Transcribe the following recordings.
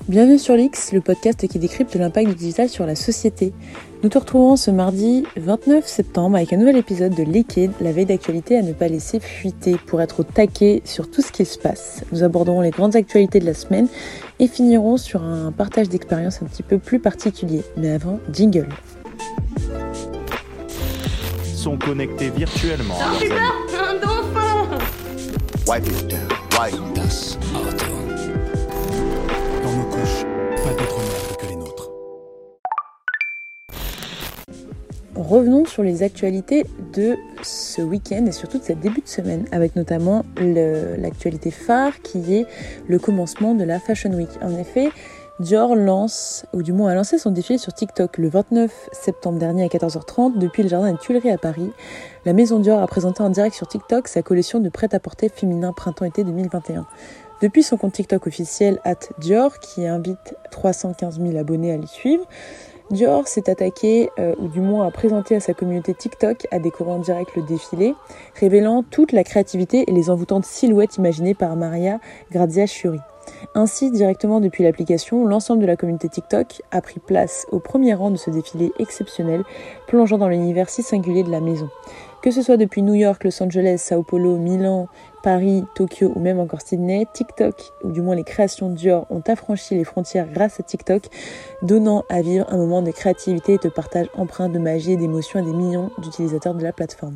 Bienvenue sur l'X, le podcast qui décrypte l'impact du digital sur la société. Nous te retrouvons ce mardi 29 septembre avec un nouvel épisode de Liquid, la veille d'actualité à ne pas laisser fuiter pour être au taquet sur tout ce qui se passe. Nous aborderons les grandes actualités de la semaine et finirons sur un partage d'expériences un petit peu plus particulier. Mais avant, jingle. Sont connectés virtuellement. Un dauphin. Wipe it down. Wipe das Auto. Dans nos couches, pas d'autres merde que les nôtres. Revenons sur les actualités de ce week-end et surtout de cette début de semaine, avec notamment l'actualité phare qui est le commencement de la Fashion Week. En effet, Dior lance, ou du moins a lancé son défilé sur TikTok le 29 septembre dernier à 14h30 depuis le jardin des Tuileries à Paris. La maison Dior a présenté en direct sur TikTok sa collection de prêt-à-porter féminin printemps-été 2021. Depuis son compte TikTok officiel @Dior, qui invite 315 000 abonnés à les suivre, Dior s'est attaqué, ou du moins a présenté à sa communauté TikTok, à décorer en direct le défilé, révélant toute la créativité et les envoûtantes silhouettes imaginées par Maria Grazia Chiuri. Ainsi, directement depuis l'application, l'ensemble de la communauté TikTok a pris place au premier rang de ce défilé exceptionnel, plongeant dans l'univers si singulier de la maison. Que ce soit depuis New York, Los Angeles, Sao Paulo, Milan, Paris, Tokyo ou même encore Sydney, TikTok, ou du moins les créations Dior, ont affranchi les frontières grâce à TikTok, donnant à vivre un moment de créativité et de partage empreint de magie et d'émotion à des millions d'utilisateurs de la plateforme.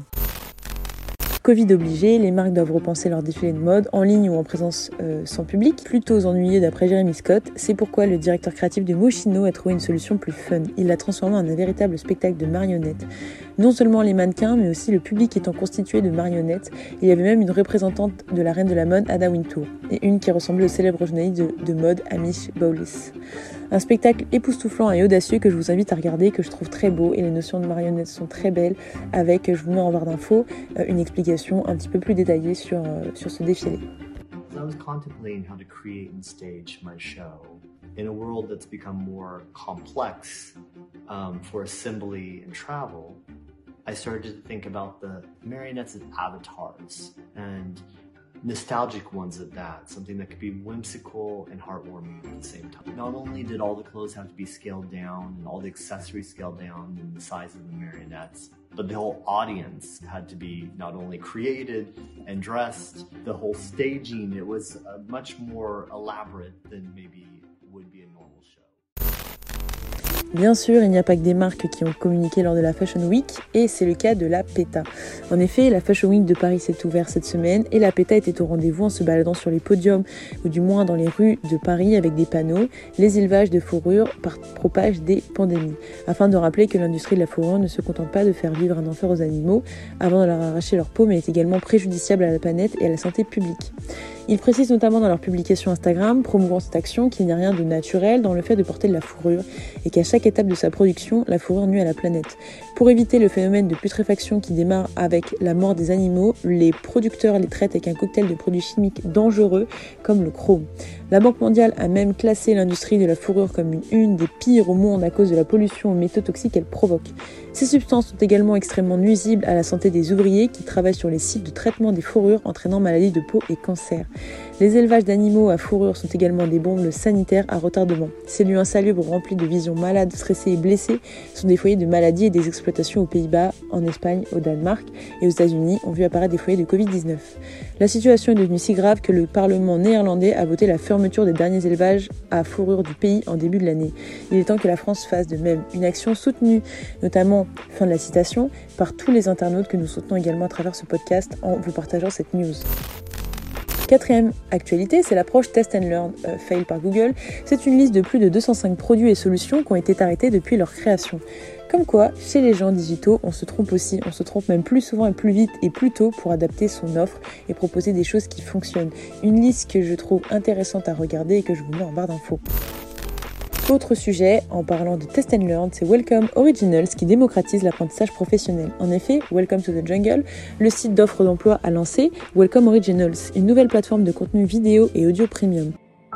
Covid obligé, les marques doivent repenser leur défilé de mode, en ligne ou en présence sans public, plutôt ennuyeux d'après Jeremy Scott. C'est pourquoi le directeur créatif de Moschino a trouvé une solution plus fun. Il l'a transformé en un véritable spectacle de marionnettes. Non seulement les mannequins, mais aussi le public étant constitué de marionnettes. Il y avait même une représentante de la reine de la mode, Anna Wintour, et une qui ressemblait au célèbre journaliste de mode Amish Bowles. Un spectacle époustouflant et audacieux que je vous invite à regarder, que je trouve très beau, et les notions de marionnettes sont très belles, avec, je vous mets en barre d'infos, une explication un petit peu plus détaillée sur ce défilé. I was contemplating how to create and stage my show in a world that's become more complex for assembly and travel. I started to think about the marionettes as avatars and nostalgic ones at that, something that could be whimsical and heartwarming at the same time. Not only did all the clothes have to be scaled down and all the accessories scaled down and the size of the marionettes, but the whole audience had to be not only created and dressed, the whole staging, it was much more elaborate than maybe would be a normal show. Bien sûr, il n'y a pas que des marques qui ont communiqué lors de la Fashion Week, et c'est le cas de la PETA. En effet, la Fashion Week de Paris s'est ouverte cette semaine, et la PETA était au rendez-vous en se baladant sur les podiums, ou du moins dans les rues de Paris avec des panneaux. Les élevages de fourrure propagent des pandémies, afin de rappeler que l'industrie de la fourrure ne se contente pas de faire vivre un enfer aux animaux avant de leur arracher leur peau, mais est également préjudiciable à la planète et à la santé publique. Ils précisent notamment dans leur publication Instagram, promouvant cette action, qu'il n'y a rien de naturel dans le fait de porter de la fourrure et qu'à chaque étape de sa production, la fourrure nuit à la planète. Pour éviter le phénomène de putréfaction qui démarre avec la mort des animaux, les producteurs les traitent avec un cocktail de produits chimiques dangereux comme le chrome. La Banque mondiale a même classé l'industrie de la fourrure comme une des pires au monde à cause de la pollution aux métaux toxiques qu'elle provoque. Ces substances sont également extrêmement nuisibles à la santé des ouvriers qui travaillent sur les sites de traitement des fourrures, entraînant maladies de peau et cancer. Les élevages d'animaux à fourrure sont également des bombes sanitaires à retardement. Ces lieux insalubres remplis de visions malades, stressées et blessées sont des foyers de maladies et des exploitations aux Pays-Bas, en Espagne, au Danemark et aux États-Unis ont vu apparaître des foyers de Covid-19. La situation est devenue si grave que le Parlement néerlandais a voté la fermeture des derniers élevages à fourrure du pays en début de l'année. Il est temps que la France fasse de même. Une action soutenue, notamment, fin de la citation, par tous les internautes que nous soutenons également à travers ce podcast en vous partageant cette news. Quatrième actualité, c'est l'approche Test and Learn, fail par Google. C'est une liste de plus de 205 produits et solutions qui ont été arrêtés depuis leur création. Comme quoi, chez les géants digitaux, on se trompe aussi, on se trompe même plus souvent et plus vite et plus tôt pour adapter son offre et proposer des choses qui fonctionnent. Une liste que je trouve intéressante à regarder et que je vous mets en barre d'infos. Autre sujet, en parlant de Test and Learn, c'est Welcome Originals qui démocratise l'apprentissage professionnel. En effet, Welcome to the Jungle, le site d'offres d'emploi a lancé Welcome Originals, une nouvelle plateforme de contenu vidéo et audio premium.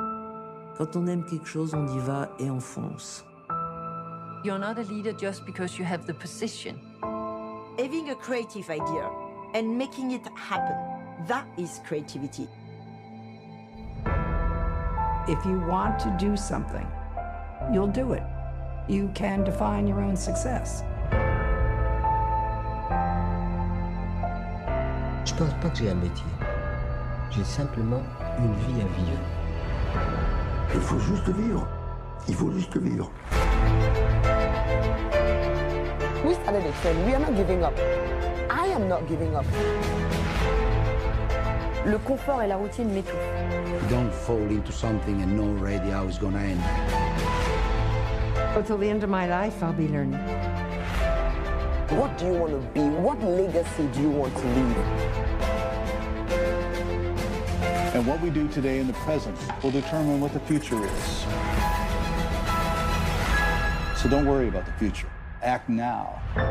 Quand on aime quelque chose, on y va et on fonce. You're not a leader just because you have the position. Having a creative idea and making it happen, that is creativity. If you want to do something, you'll do it. You can define your own success. Je pense pas que j'ai un métier. J'ai simplement une vie à vivre. Il faut juste vivre. Il faut juste vivre. We started a trend. We are not giving up. I am not giving up. Le confort et la routine m'étouffent. Don't fall into something and know already how it's gonna end. Until the end of my life, I'll be learning. What do you want to be? What legacy do you want to leave? And what we do today in the present will determine what the future is. So don't worry about the future. Act now.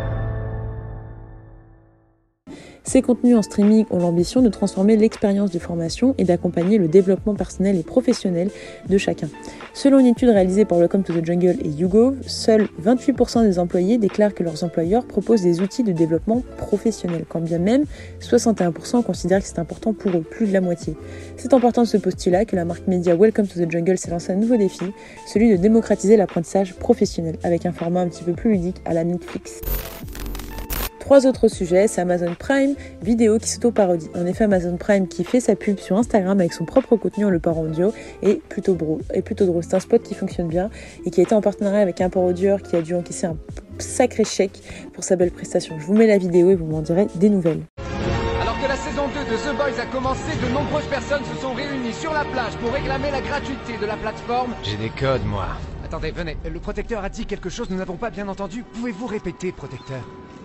Ces contenus en streaming ont l'ambition de transformer l'expérience de formation et d'accompagner le développement personnel et professionnel de chacun. Selon une étude réalisée par Welcome to the Jungle et YouGov, seuls 28% des employés déclarent que leurs employeurs proposent des outils de développement professionnel, quand bien même 61% considèrent que c'est important pour eux, plus de la moitié. C'est en partant de ce postulat que la marque média Welcome to the Jungle s'est lancée un nouveau défi, celui de démocratiser l'apprentissage professionnel, avec un format un petit peu plus ludique à la Netflix. 3 autres sujets, c'est Amazon Prime Vidéo qui s'auto-parodie. En effet, Amazon Prime qui fait sa pub sur Instagram avec son propre contenu en le parodiant est plutôt drôle. C'est un spot qui fonctionne bien et qui a été en partenariat avec un parodieur qui a dû encaisser un sacré chèque pour sa belle prestation. Je vous mets la vidéo et vous m'en direz des nouvelles. Alors que la saison 2 de The Boys a commencé, de nombreuses personnes se sont réunies sur la plage pour réclamer la gratuité de la plateforme. J'ai des codes, moi. Attendez, venez. Le protecteur a dit quelque chose, nous n'avons pas bien entendu. Pouvez-vous répéter, protecteur ?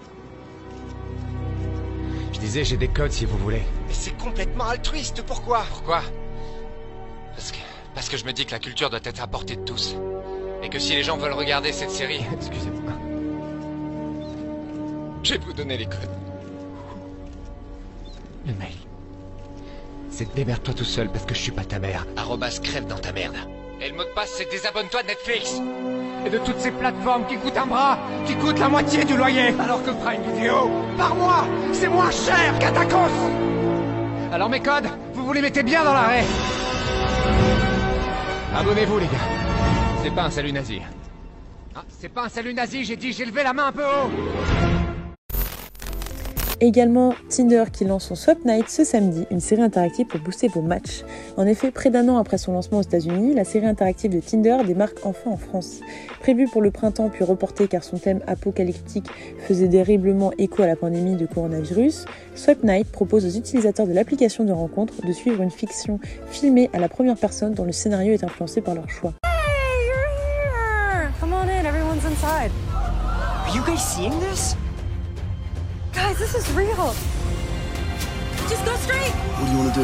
Je disais, j'ai des codes si vous voulez. Mais c'est complètement altruiste, pourquoi ? Pourquoi ? Parce que je me dis que la culture doit être à portée de tous. Et que si les gens veulent regarder cette série... Excusez-moi. Je vais vous donner les codes. Le mail. C'est démerde-toi tout seul parce que je suis pas ta mère. @ crève dans ta merde. Et le mot de passe, c'est désabonne-toi de Netflix. Et de toutes ces plateformes qui coûtent un bras, qui coûtent la moitié du loyer. Alors que Prime Video, par mois, c'est moins cher qu'Atakos. Alors mes codes, vous les mettez bien dans l'arrêt. Abonnez-vous les gars. C'est pas un salut nazi. Ah, c'est pas un salut nazi, j'ai dit, j'ai levé la main un peu haut. Également, Tinder qui lance son Swap Night ce samedi, une série interactive pour booster vos matchs. En effet, près d'1 an après son lancement aux États-Unis, la série interactive de Tinder démarque enfin en France. Prévue pour le printemps puis reportée car son thème apocalyptique faisait terriblement écho à la pandémie de coronavirus, Swap Night propose aux utilisateurs de l'application de rencontre de suivre une fiction filmée à la première personne dont le scénario est influencé par leur choix. Hey, you're here! Come on in, everyone's inside. Are you guys seeing this? Guys, this is real. Just go straight. What do you want to do?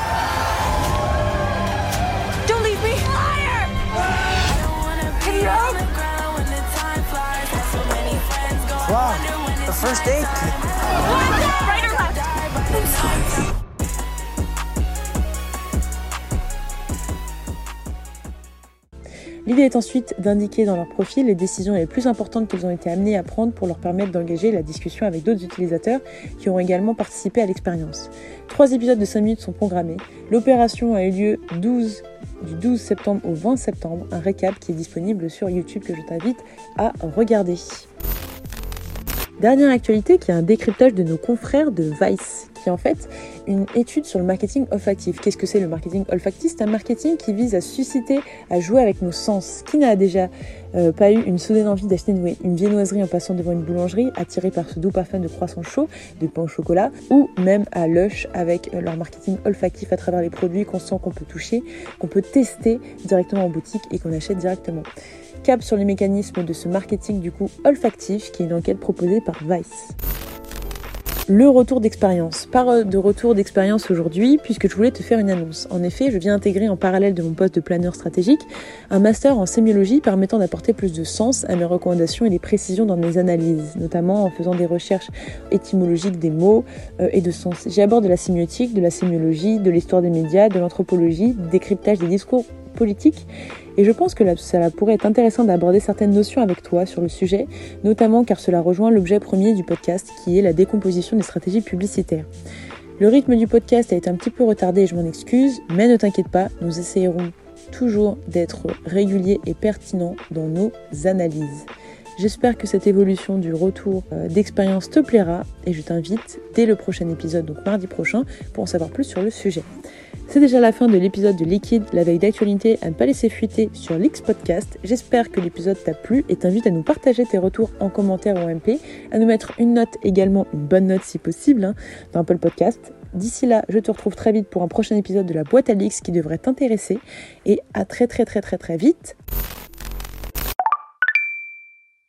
Don't leave me. Liar! Can you help? Wow, the first date. Right or left? I'm sorry. L'idée est ensuite d'indiquer dans leur profil les décisions les plus importantes qu'ils ont été amenés à prendre pour leur permettre d'engager la discussion avec d'autres utilisateurs qui auront également participé à l'expérience. 3 épisodes de 5 minutes sont programmés. L'opération a eu lieu du 12 septembre au 20 septembre, un récap qui est disponible sur YouTube que je t'invite à regarder. Dernière actualité qui est un décryptage de nos confrères de Vice, qui est en fait une étude sur le marketing olfactif. Qu'est-ce que c'est le marketing olfactif ? C'est un marketing qui vise à susciter, à jouer avec nos sens. Qui n'a déjà pas eu une soudaine envie d'acheter une viennoiserie en passant devant une boulangerie, attiré par ce doux parfum de croissant chaud, de pain au chocolat, ou même à Lush avec leur marketing olfactif à travers les produits qu'on sent, qu'on peut toucher, qu'on peut tester directement en boutique et qu'on achète directement. Cap sur les mécanismes de ce marketing du coup olfactif, qui est une enquête proposée par Vice. Le retour d'expérience. Parole de retour d'expérience aujourd'hui, puisque je voulais te faire une annonce. En effet, je viens intégrer en parallèle de mon poste de planeur stratégique un master en sémiologie permettant d'apporter plus de sens à mes recommandations et des précisions dans mes analyses, notamment en faisant des recherches étymologiques des mots et de sens. J'y aborde de la sémiotique, de la sémiologie, de l'histoire des médias, de l'anthropologie, du décryptage des discours politiques. Et je pense que ça pourrait être intéressant d'aborder certaines notions avec toi sur le sujet, notamment car cela rejoint l'objet premier du podcast qui est la décomposition des stratégies publicitaires. Le rythme du podcast a été un petit peu retardé et je m'en excuse, mais ne t'inquiète pas, nous essayerons toujours d'être régulier et pertinent dans nos analyses. J'espère que cette évolution du retour d'expérience te plaira et je t'invite dès le prochain épisode, donc mardi prochain, pour en savoir plus sur le sujet. C'est déjà la fin de l'épisode de Liquide, la veille d'actualité à ne pas laisser fuiter sur l'X Podcast. J'espère que l'épisode t'a plu et t'invite à nous partager tes retours en commentaire ou en MP, à nous mettre une note, également une bonne note si possible, dans Apple Podcast. D'ici là, je te retrouve très vite pour un prochain épisode de la boîte à l'X qui devrait t'intéresser et à très vite.